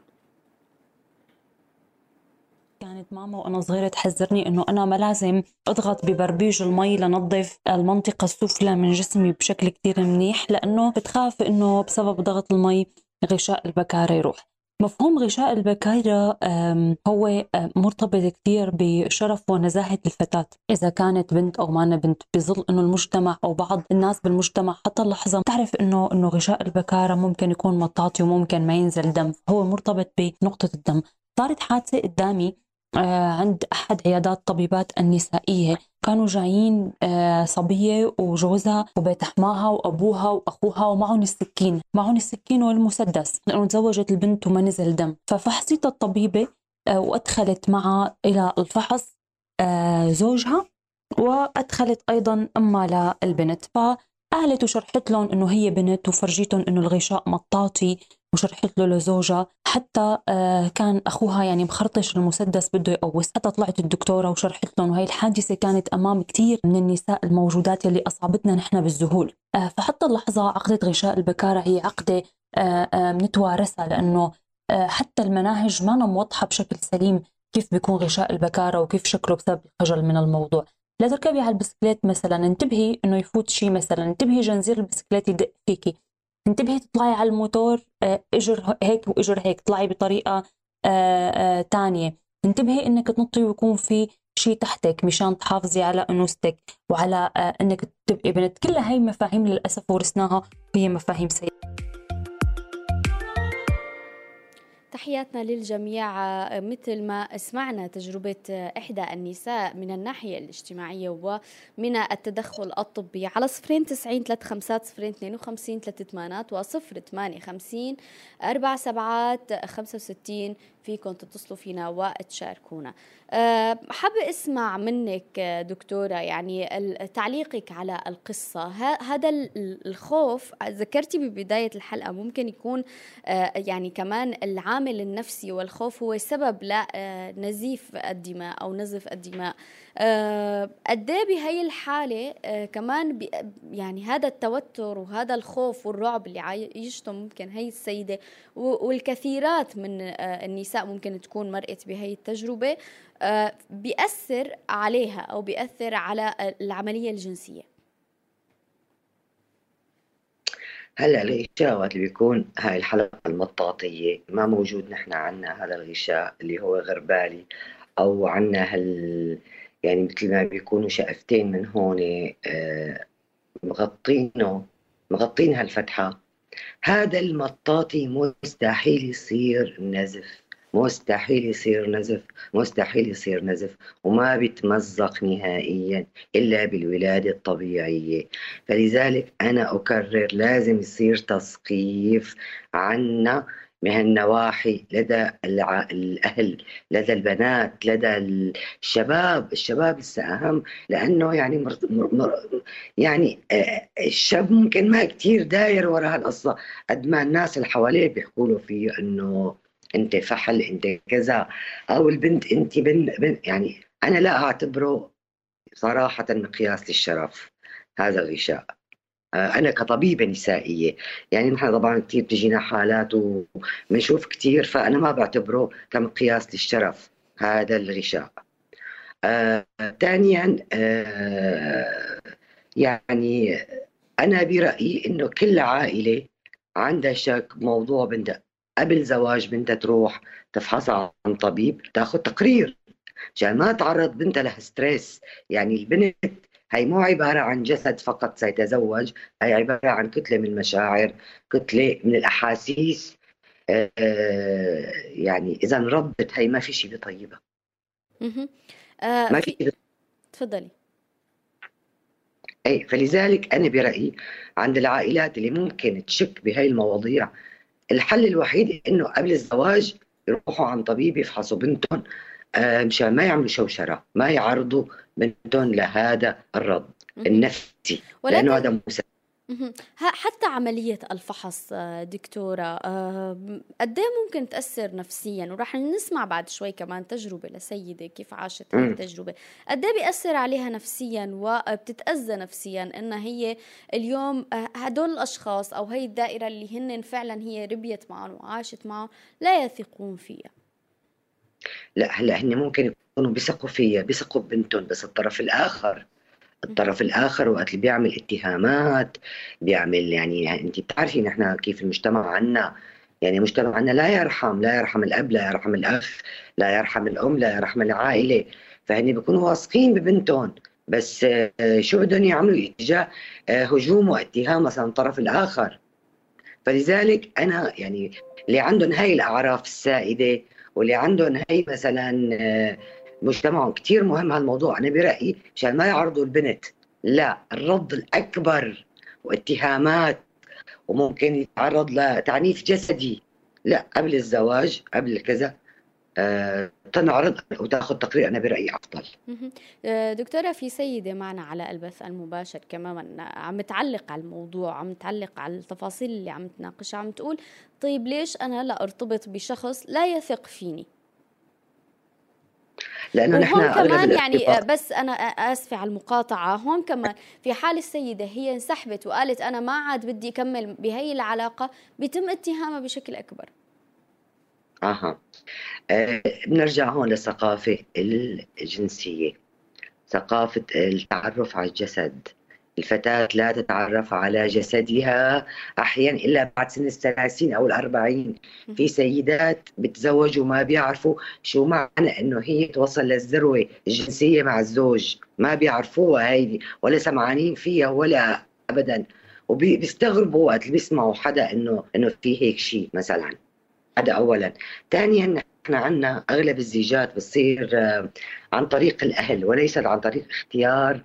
كانت ماما وأنا صغيرة تحذرني إنه أنا ما لازم أضغط ببربيج المي لنظف المنطقة السفلى من جسمي بشكل كتير منيح، لأنه بتخاف إنه بسبب ضغط المي غشاء البكارة يروح. مفهوم غشاء البكارة هو مرتبط كتير بشرف ونزاهة الفتاة، إذا كانت بنت أو ما أنا بنت، بظل إنه المجتمع أو بعض الناس بالمجتمع حتى اللحظة تعرف إنه غشاء البكارة ممكن يكون مطاطي وممكن ما ينزل دم، هو مرتبط بنقطة الدم. صارت حادثة قدامي عند أحد عيادات طبيبات النسائية، كانوا جايين صبية وجوزها وبيت حماها وأبوها وأخوها ومعهم السكين والمسدس، لأنه تزوجت البنت وما نزل دم. ففحصت الطبيبة وأدخلت معها إلى الفحص زوجها، وأدخلت أيضا أمها للبنت. فقالت وشرحت لهم إنه هي بنت، وفرجيتهم إنه الغشاء مطاطي، وشرحت له لزوجها. حتى كان أخوها يعني مخرطش المسدس بده يقوس. حتى طلعت الدكتورة وشرحت لهم، وهي الحادثة كانت أمام كتير من النساء الموجودات يلي أصابتنا نحن بالذهول. فحتى اللحظة عقدة غشاء البكارة هي عقدة منتوارثها، لأنه حتى المناهج ما موضحة بشكل سليم كيف بيكون غشاء البكارة وكيف شكله بسبب الخجل من الموضوع. لا تركبي على البسكليت مثلا انتبهي انه يفوت شيء، مثلا انتبهي جنزير البسكليت يدق فيكي، انتبهي تطلعي على الموتور اجر هيك واجر هيك، طلعي بطريقة تانية، انتبهي انك تنطي ويكون في شيء تحتك مشان تحافظي على انوثتك وعلى انك تبقي بنت. كل هاي مفاهيم للأسف ورثناها وهي مفاهيم سيئة. تحياتنا للجميع. مثل ما سمعنا تجربة إحدى النساء من الناحية الاجتماعية ومن التدخل الطبي على 09035025338 و058 4765 فيكم تتصلوا فينا وتشاركونا. حابة اسمع منك دكتورة يعني تعليقك على القصة. هذا الخوف ذكرتي ببداية الحلقة ممكن يكون يعني كمان العامل النفسي والخوف هو سبب لنزيف الدماء أو نزف الدماء. قد ايه بهي الحالة كمان يعني هذا التوتر وهذا الخوف والرعب اللي عايشته ممكن هي السيدة والكثيرات من النساء ممكن تكون مرقت بهي التجربة بيأثر عليها أو بيأثر على العملية الجنسية. هلا الغشاء وقت اللي بيكون هاي الحلقة المطاطية ما موجود، نحن عنا هذا الغشاء اللي هو غربالي، أو عنا يعني مثل ما بيكونوا شقفتين من هون مغطين هالفتحة. هذا المطاطي مستحيل يصير نزف، مستحيل يصير نزف وما بيتمزق نهائيا إلا بالولادة الطبيعية. فلذلك أنا أكرر لازم يصير تثقيف عنا بهالنواحي لدى الأهل، لدى البنات، لدى الشباب لسه أهم، لأنه يعني يعني الشاب ممكن ما كتير داير وراء هالقصة قد ما الناس اللي حواليه بيحكوا له فيه إنه أنت فحل، أنت كذا، أو البنت أنت يعني أنا لا أعتبره صراحة مقياس للشرف هذا الغشاء. أنا كطبيبة نسائية يعني نحن طبعا كتير بتجينا حالات وبنشوف كتير، فأنا ما بعتبره كمقياس للشرف هذا الغشاء. ثانيا يعني أنا برأيي إنه كل عائلة عندها شك موضوع بنتها قبل زواج بنتها تروح تفحص عن طبيب تاخذ تقرير عشان ما تعرض بنتها لهستريس. يعني البنت هي مو عبارة عن جسد فقط سيتزوج، هي عبارة عن كتلة من المشاعر، كتلة من الأحاسيس. يعني إذا انربت هي ما في شيء بطيبة. ما في تفضلي. أي فلذلك أنا برأيي عند العائلات اللي ممكن تشك بهاي المواضيع، الحل الوحيد إنه قبل الزواج يروحوا عن طبيب يفحصوا بنتهم، مشان ما يعملوا شوشرة، ما يعرضوا بنتهم لهذا الرض النفسي، لأنه ولكن هذا حتى عملية الفحص دكتورة قد ايه ممكن تأثر نفسيا؟ وراح نسمع بعد شوي كمان تجربة لسيدة كيف عاشت هاي التجربة، قد ايه بيأثر عليها نفسيا وبتتأذى نفسيا إنها هي اليوم هدول الأشخاص أو هي الدائرة اللي هن فعلا هي ربيت معهم وعاشت معهم لا يثقون فيها. لا هلا هن ممكن يكونوا بيثقوا فيها، بيثقوا ببنتهم، بس الطرف الآخر وقت اللي بيعمل اتهامات، بيعمل يعني أنت بتعرفي نحن كيف المجتمع عنا، يعني المجتمع عنا لا يرحم، لا يرحم الأب، لا يرحم الأخ، لا يرحم الأم، لا يرحم العائلة. فهني بيكونوا واثقين ببنتهم، بس شو بدهم يعملوا اتجاه هجوم واتهام مثلا الطرف الآخر. فلذلك أنا يعني اللي عندهم هاي الأعراف السائدة واللي عندهم هاي مثلا مجتمعهم كتير مهم هالموضوع، أنا برأيي مشان ما يعرضوا البنت لا الرد الأكبر واتهامات، وممكن يتعرض لتعنيف جسدي، لا قبل الزواج قبل كذا تنعرض وتاخذ تقرير، أنا برأيي أفضل. دكتورة، في سيدة معنا على البث المباشر كمان عم تعلق على الموضوع، عم تعلق على التفاصيل اللي عم تناقشها، عم تقول طيب ليش أنا لا أرتبط بشخص لا يثق فيني؟ لأنه نحن وهون كمان يعني الارتباط بس أنا آسفة على المقاطعة، هون كمان في حال السيدة هي انسحبت وقالت أنا ما عاد بدي أكمل بهي العلاقة، بيتم اتهامها بشكل أكبر. بنرجع هون للثقافة الجنسية، ثقافة التعرف على الجسد. الفتاة لا تتعرف على جسدها أحيانا إلا بعد سن 30 أو 40. في سيدات بتزوجوا ما بيعرفوا شو معنى إنه هي توصل للذروة الجنسية مع الزوج، ما بيعرفوها هيدي ولا سمعانين فيها ولا أبدا، وبيستغربوا وقت اللي بيسمعوا حدا إنه في هيك شيء مثلا. هذا أولا. ثانيا احنا عندنا أغلب الزيجات بتصير عن طريق الأهل وليس عن طريق اختيار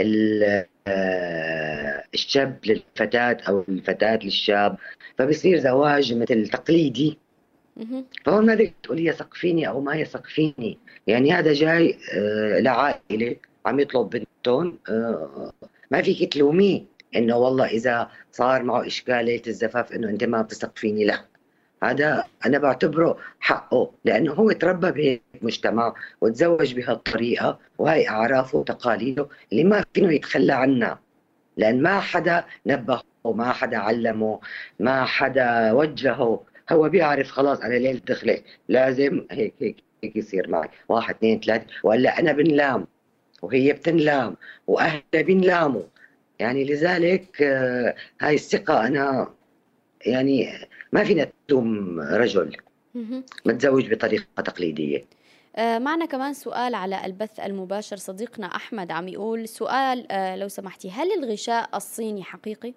الشاب للفتاة أو الفتاة للشاب، فبصير زواج مثل تقليدي. فهون ما بدك تقولي يثق فيني أو ما يثق فيني، يعني هذا جاي لعائلة عم يطلب بنتهم، ما فيك تلوميه إنه والله إذا صار معه إشكال ليلة الزفاف إنه أنت ما بتثق فيني، لا، هذا أنا بعتبره حقه، لأنه هو تربى بهيك مجتمع وتزوج بهالطريقة، وهي أعرافه وتقاليده اللي ما فينه يتخلى عنها، لأن ما حدا نبهه، ما حدا علمه، ما حدا وجهه. هو بيعرف خلاص أنا ليلة دخلة لازم هيك هيك هيك يصير معي 1 2 3، ولا أنا بنلام وهي بتنلام وأهلها بنلاموا. يعني لذلك هاي الثقة أنا يعني ما فينا تلوم رجل متزوج بطريقة تقليدية. معنا كمان سؤال على البث المباشر، صديقنا أحمد عم يقول سؤال لو سمحتي، هل الغشاء الصيني حقيقي؟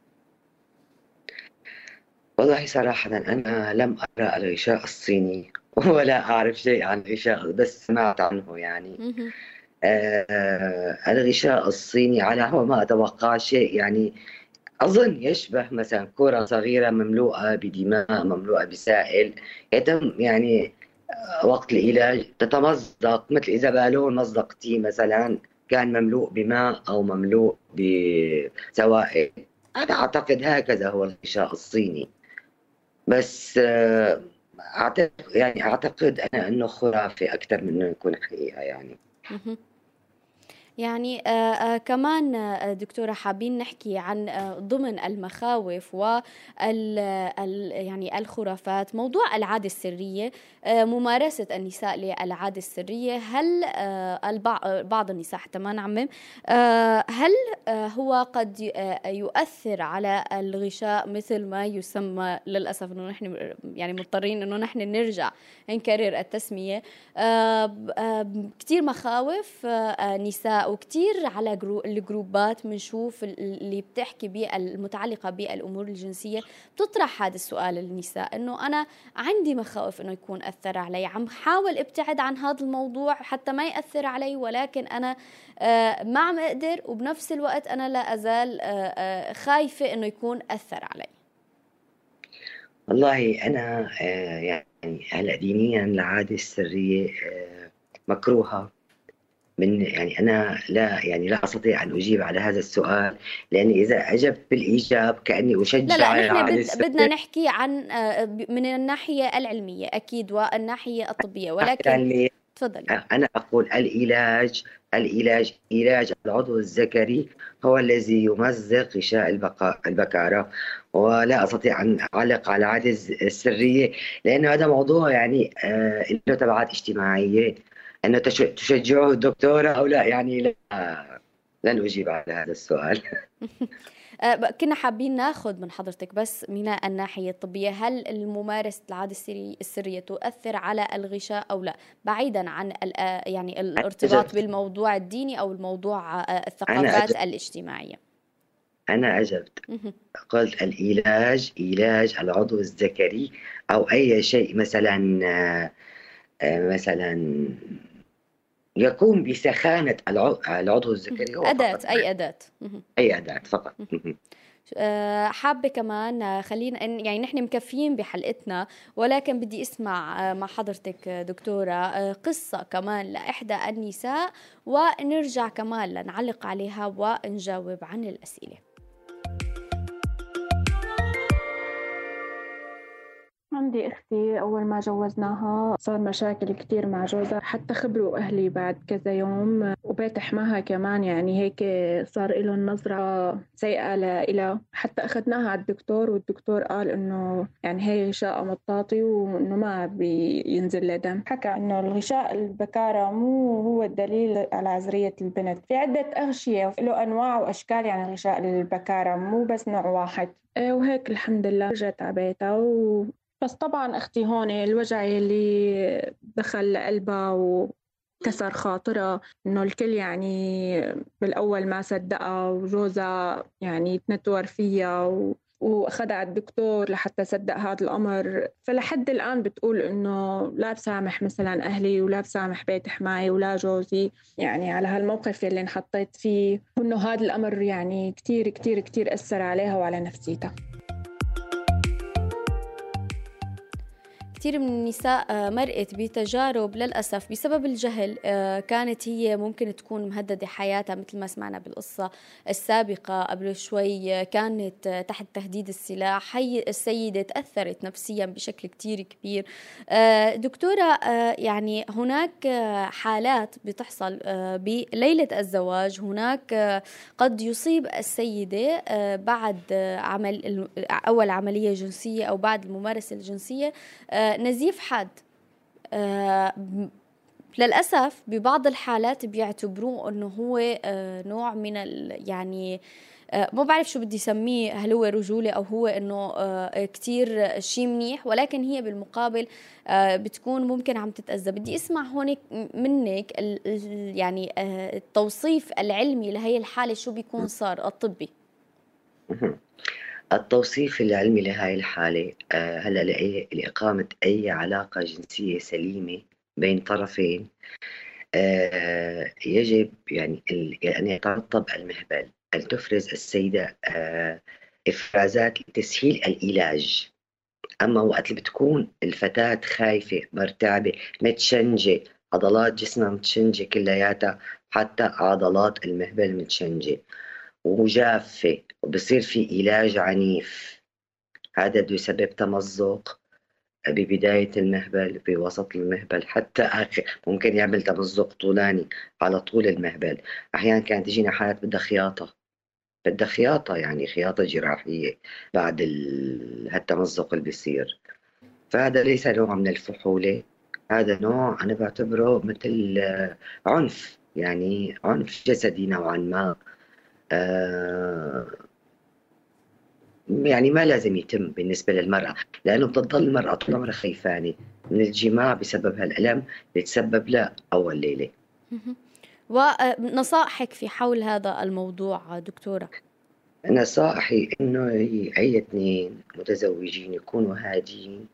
والله صراحة أنا لم أرى الغشاء الصيني ولا أعرف شيء عن الغشاء، بس سمعت عنه يعني. الغشاء الصيني على هو ما أتوقع شيء، يعني أظن يشبه مثلا كرة صغيرة مملوءة بدماء، مملوءة بسائل، يتم يعني وقت العلاج تتمزق، مثل إذا بالون مزقتي مثلا كان مملوء بماء أو مملوء بسوائل. أنا أعتقد هكذا هو الغشاء الصيني، بس أعتقد أنا أنه خرافي أكثر من أنه يكون حقيقة يعني. يعني كمان دكتورة حابين نحكي عن ضمن المخاوف يعني الخرافات موضوع العادة السرية، ممارسة النساء للعادة السرية. هل بعض النساء حتى ما نعمم، هل هو قد يؤثر على الغشاء مثل ما يسمى؟ للأسف أنه نحن يعني مضطرين أنه نحن نرجع نكرر التسمية. كتير مخاوف نساء وكتير على الجروبات بنشوف اللي بتحكي المتعلقة بالأمور الجنسية بتطرح هذا السؤال للنساء، إنه أنا عندي مخاوف إنه يكون أثر علي، عم حاول ابتعد عن هذا الموضوع حتى ما يأثر علي، ولكن أنا ما عم أقدر، وبنفس الوقت أنا لا أزال خايفة إنه يكون أثر علي. والله أنا يعني هلا دينيا العادة السرية مكروهة، يعني أنا لا أستطيع أن أجيب على هذا السؤال، لأني إذا أجبت بالإيجاب كأني أشجع لا العادة نحن السرية. بدنا نحكي عن من الناحية العلمية أكيد والناحية الطبية، ولكن تفضلي. أنا أقول علاج العضو الذكري هو الذي يمزق غشاء البكارة، ولا أستطيع أن أعلق على العادة السرية، لأنه هذا موضوع يعني له تبعات اجتماعية، أنه تشجعه الدكتورة أو لا، يعني لا، لن أجيب على هذا السؤال. كنا حابين ناخذ من حضرتك بس من الناحية الطبية، هل الممارسة العادة السرية تؤثر على الغشاء أو لا، بعيدا عن يعني الارتباط بالموضوع الديني أو الموضوع الثقافات الاجتماعية؟ أنا أجبت، قلت علاج العضو الذكري أو أي شيء مثلا يقوم بسخانة العضو الذكري، هو أداة، أي أداة فقط. حابة كمان خلينا يعني نحن مكفيين بحلقتنا، ولكن بدي اسمع مع حضرتك دكتورة قصة كمان لإحدى النساء، ونرجع كمان لنعلق عليها ونجاوب عن الأسئلة. عندي أختي أول ما جوزناها صار مشاكل كتير مع جوزها، حتى خبروا أهلي بعد كذا يوم، وبيت حماها كمان يعني هيك صار له نظرة سيئة لإلها، حتى أخذناها على الدكتور، والدكتور قال إنه يعني هي غشاء مطاطي وإنه ما بينزل له دم. حكى إنه الغشاء البكارة مو هو الدليل على عذرية البنت، في عدة أغشية له أنواع وأشكال، يعني غشاء البكارة مو بس نوع واحد. وهيك الحمد لله رجعت على بيتها بس طبعا أختي هون الوجع اللي دخل لقلبها وكسر خاطرها، إنه الكل يعني بالأول ما صدقها، وجوزها يعني تنتور فيها وأخذها على الدكتور لحتى صدق هذا الأمر. فلحد الآن بتقول إنه لا بسامح مثلا أهلي، ولا بسامح بيت حماي، ولا جوزي، يعني على هالموقف اللي انحطيت فيه، وإنه هذا الأمر يعني كتير كتير كتير أثر عليها وعلى نفسيتها. كثير من النساء مرقت بتجارب للأسف بسبب الجهل، كانت هي ممكن تكون مهددة حياتها، مثل ما سمعنا بالقصة السابقة قبل شوي، كانت تحت تهديد السلاح. هي السيدة تأثرت نفسيا بشكل كتير كبير. دكتورة، يعني هناك حالات بتحصل بليلة الزواج، هناك قد يصيب السيدة بعد أول عملية جنسية أو بعد الممارسة الجنسية نزيف حاد. للأسف ببعض الحالات بيعتبروه أنه هو نوع من يعني ما بعرف شو بدي سميه، هل هو رجولة أو هو أنه كتير شيء منيح، ولكن هي بالمقابل بتكون ممكن عم تتأذى. بدي أسمع هونك منك يعني التوصيف العلمي لهي الحالة، شو بيكون صار الطبي؟ التوصيف العلمي لهاي الحالة هلا لإقامة أي علاقة جنسية سليمة بين طرفين يجب يعني أن يترتب المهبل، أن تفرز السيدة إفرازات لتسهيل العلاج. أما وقت اللي بتكون الفتاة خايفة مرتعبة متشنجة، عضلات جسمها متشنجة كلياتها، حتى عضلات المهبل متشنجة وجافة، وبصير في علاج عنيف، هذا بده يسبب تمزق ببداية المهبل، بوسط المهبل، حتى آخر ممكن يعمل تمزق طولاني على طول المهبل. أحيانا كانت تجينا حالات بدها خياطة، يعني خياطة جراحية بعد هالتمزق اللي بيصير. فهذا ليس نوع من الفحولة، هذا نوع أنا بعتبره مثل عنف، يعني عنف جسدي نوعا ما. يعني ما لازم يتم بالنسبة للمرأة، لأنه بتضل المرأة طول عمرها خيفانة من الجماع بسبب هالألم اللي تسبب لها أول ليلة. ونصائحك في حول هذا الموضوع دكتورة؟ نصائحي إنه أي اثنين متزوجين يكونوا هادين،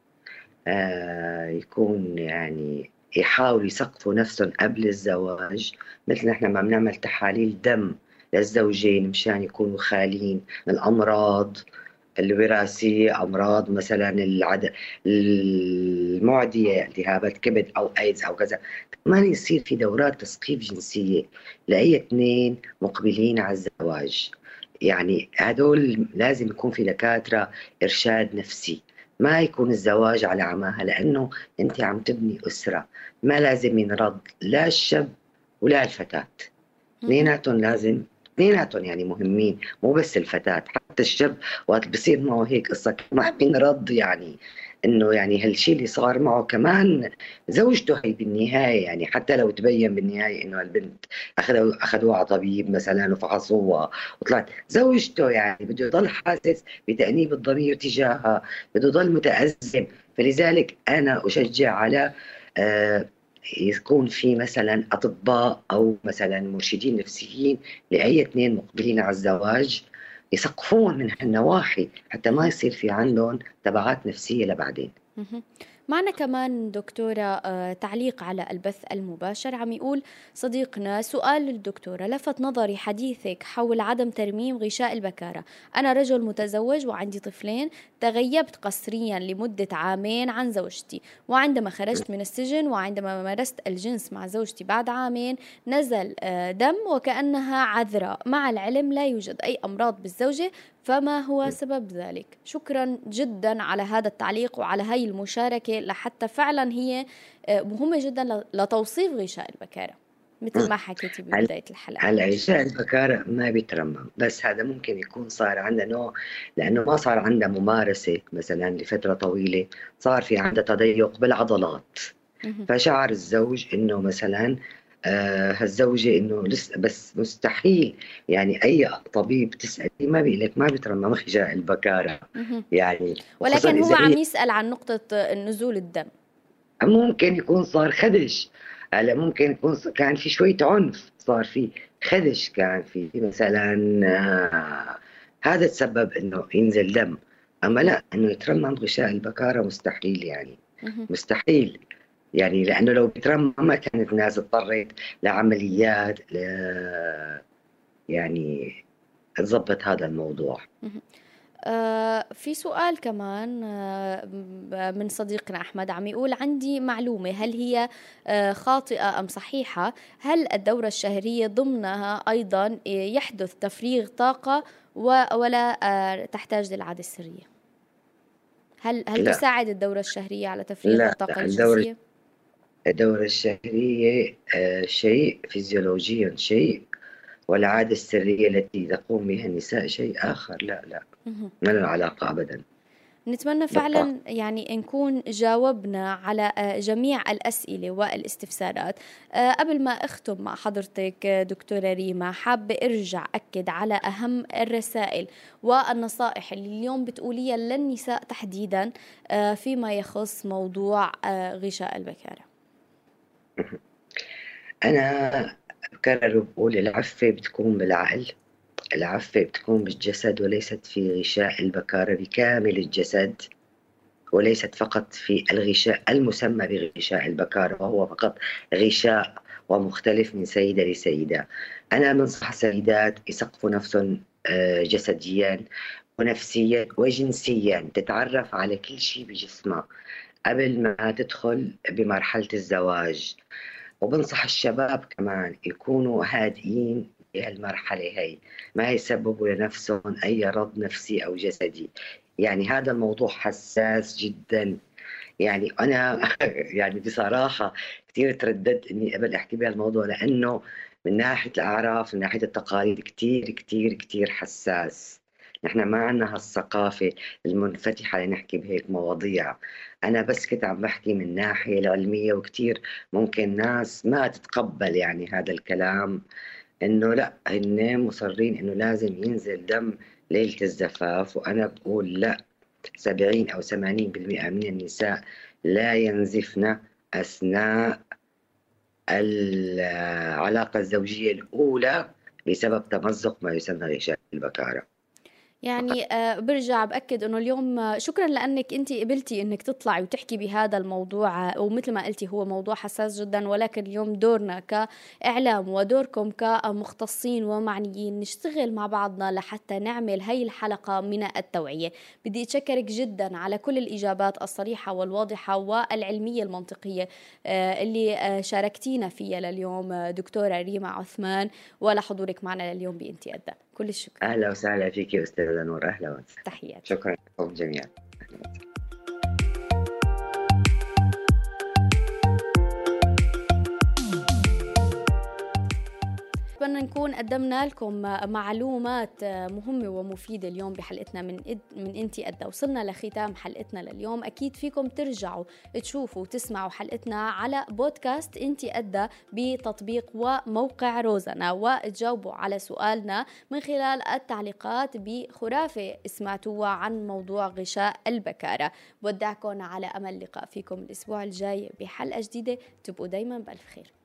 يكون يعني يحاولوا يثقفوا نفسهم قبل الزواج، مثل احنا ما بنعمل تحاليل دم للزوجين مشان يكونوا خالين من الأمراض الوراثية، أمراض مثلا المعدية، التهابات كبد أو أيدز أو كذا. كمان يصير في دورات تثقيف جنسية لأي اثنين مقبلين على الزواج. يعني هدول لازم يكون في دكاترة إرشاد نفسي، ما يكون الزواج على عماها، لأنه أنت عم تبني أسرة. ما لازم ينرض لا الشاب ولا الفتاة، اثنيناتهم لازم، اثنيناتهم يعني مهمين، مو بس الفتاة، حتى الشاب وقت بصير معه هيك قصة ما بينرض. يعني انه يعني هالشيء اللي صار معه كمان زوجته هي بالنهايه، يعني حتى لو تبين بالنهايه انه البنت اخذوها على طبيب مثلا وفحصوها وطلعت زوجته، يعني بده يضل حاسس بتأنيب الضمير تجاهها، بده يضل متأزم. فلذلك انا اشجع على يكون في مثلا اطباء او مثلا مرشدين نفسيين لاي اثنين مقبلين على الزواج، يثقفون من هالنواحي حتى ما يصير في عندهم تبعات نفسية لبعدين. معنا كمان دكتورة تعليق على البث المباشر، عم يقول صديقنا: سؤال للدكتورة، لفت نظري حديثك حول عدم ترميم غشاء البكارة. أنا رجل متزوج وعندي طفلين، تغيبت قسريا لمدة 2 عام عن زوجتي، وعندما خرجت من السجن وعندما مارست الجنس مع زوجتي بعد 2 عام نزل دم وكأنها عذراء، مع العلم لا يوجد أي أمراض بالزوجة، فما هو سبب ذلك؟ شكرا جدا على هذا التعليق وعلى هاي المشاركة، لحتى فعلا هي مهمة جدا لتوصيف غشاء البكارة مثل ما حكيتي ببداية الحلقة. هلا غشاء البكارة ما بيترمم، بس هذا ممكن يكون صار عنده نوع، لأنه ما صار عنده ممارسة مثلا لفترة طويلة، صار في عنده تضيق بالعضلات. فشعر الزوج إنه مثلا هالزوجة إنه لسه، بس مستحيل يعني أي طبيب تسألي ما بيقلك ما بيترمم غشاء البكارة يعني. ولكن هو عم يسأل عن نقطة نزول الدم. ممكن يكون صار خدش، هلا ممكن يكون كان في شوية عنف، صار في خدش، كان في مثلا هذا تسبب إنه ينزل دم. أما لا، إنه يترمم غشاء البكارة مستحيل، يعني مستحيل. يعني لأنه لو بترمم ما كانت الناس اضطرت لعمليات يعني تضبط هذا الموضوع. في سؤال كمان من صديقنا أحمد، عم يقول: عندي معلومة، هل هي خاطئة أم صحيحة؟ هل الدورة الشهرية ضمنها أيضا يحدث تفريغ طاقة ولا تحتاج للعادة السرية؟ هل تساعد الدورة الشهرية على تفريغ الطاقة الجنسية؟ الدورة الشهرية شيء فيزيولوجيا شيء، والعادة السرية التي تقوم بها النساء شيء آخر. لا ما له علاقة أبدا. نتمنى فعلا يعني نكون جاوبنا على جميع الأسئلة والاستفسارات. قبل ما أختم مع حضرتك دكتورة ريما، حابة أرجع أكد على أهم الرسائل والنصائح اللي اليوم بتقوليها للنساء تحديدا فيما يخص موضوع غشاء البكارة. أنا بكرر وبقول: العفة بتكون بالعقل، العفة بتكون بالجسد، وليست في غشاء البكارة بكامل الجسد، وليست فقط في الغشاء المسمى بغشاء البكارة، وهو فقط غشاء ومختلف من سيدة لسيدة. أنا بنصح السيدات يثقفوا نفسهم جسديا ونفسيا وجنسيا، تتعرف على كل شيء بجسمها قبل ما تدخل بمرحلة الزواج. وبنصح الشباب كمان يكونوا هادئين بهالمرحلة هي، ما يسببوا لنفسهم أي رض نفسي أو جسدي. يعني هذا الموضوع حساس جدا. يعني أنا يعني بصراحة كثير ترددت إني قبل أحكي بهالموضوع، لأنه من ناحية الأعراف، من ناحية التقاليد كثير كثير كثير حساس. نحن ما عنا هالثقافة المنفتحة لنحكي بهيك مواضيع. أنا بس كنت عم بحكي من ناحية العلمية، وكثير ممكن ناس ما تتقبل يعني هذا الكلام، إنه لا، هن مصرين إنه لازم ينزل دم ليلة الزفاف. وأنا بقول لا، 70 أو 80% من النساء لا ينزفن أثناء العلاقة الزوجية الأولى بسبب تمزق ما يسمى غشاء البكارة. يعني برجع بأكد أنه اليوم شكرا لأنك أنت قبلتي أنك تطلعي وتحكي بهذا الموضوع، ومثل ما قلتي هو موضوع حساس جدا، ولكن اليوم دورنا كإعلام ودوركم كمختصين ومعنيين نشتغل مع بعضنا لحتى نعمل هاي الحلقة من التوعية. بدي أتشكرك جدا على كل الإجابات الصريحة والواضحة والعلمية المنطقية اللي شاركتينا فيها لليوم دكتورة ريما عثمان، ولحضورك معنا لليوم بإنتي أدى. كل الشكر. أهلا وسهلا فيك يا أستاذة نور، أهلا وسهلا. تحياتي. شكرا لكم جميعا. بدنا نكون قدمنا لكم معلومات مهمة ومفيدة اليوم بحلقتنا من انتي قد. وصلنا لختام حلقتنا لليوم. أكيد فيكم ترجعوا تشوفوا وتسمعوا حلقتنا على بودكاست انتي قد بتطبيق وموقع روزانا، وتجاوبوا على سؤالنا من خلال التعليقات بخرافة سمعتوها عن موضوع غشاء البكارة. بودعكم على أمل لقاء فيكم الأسبوع الجاي بحلقة جديدة. تبقوا دايما بألف خير.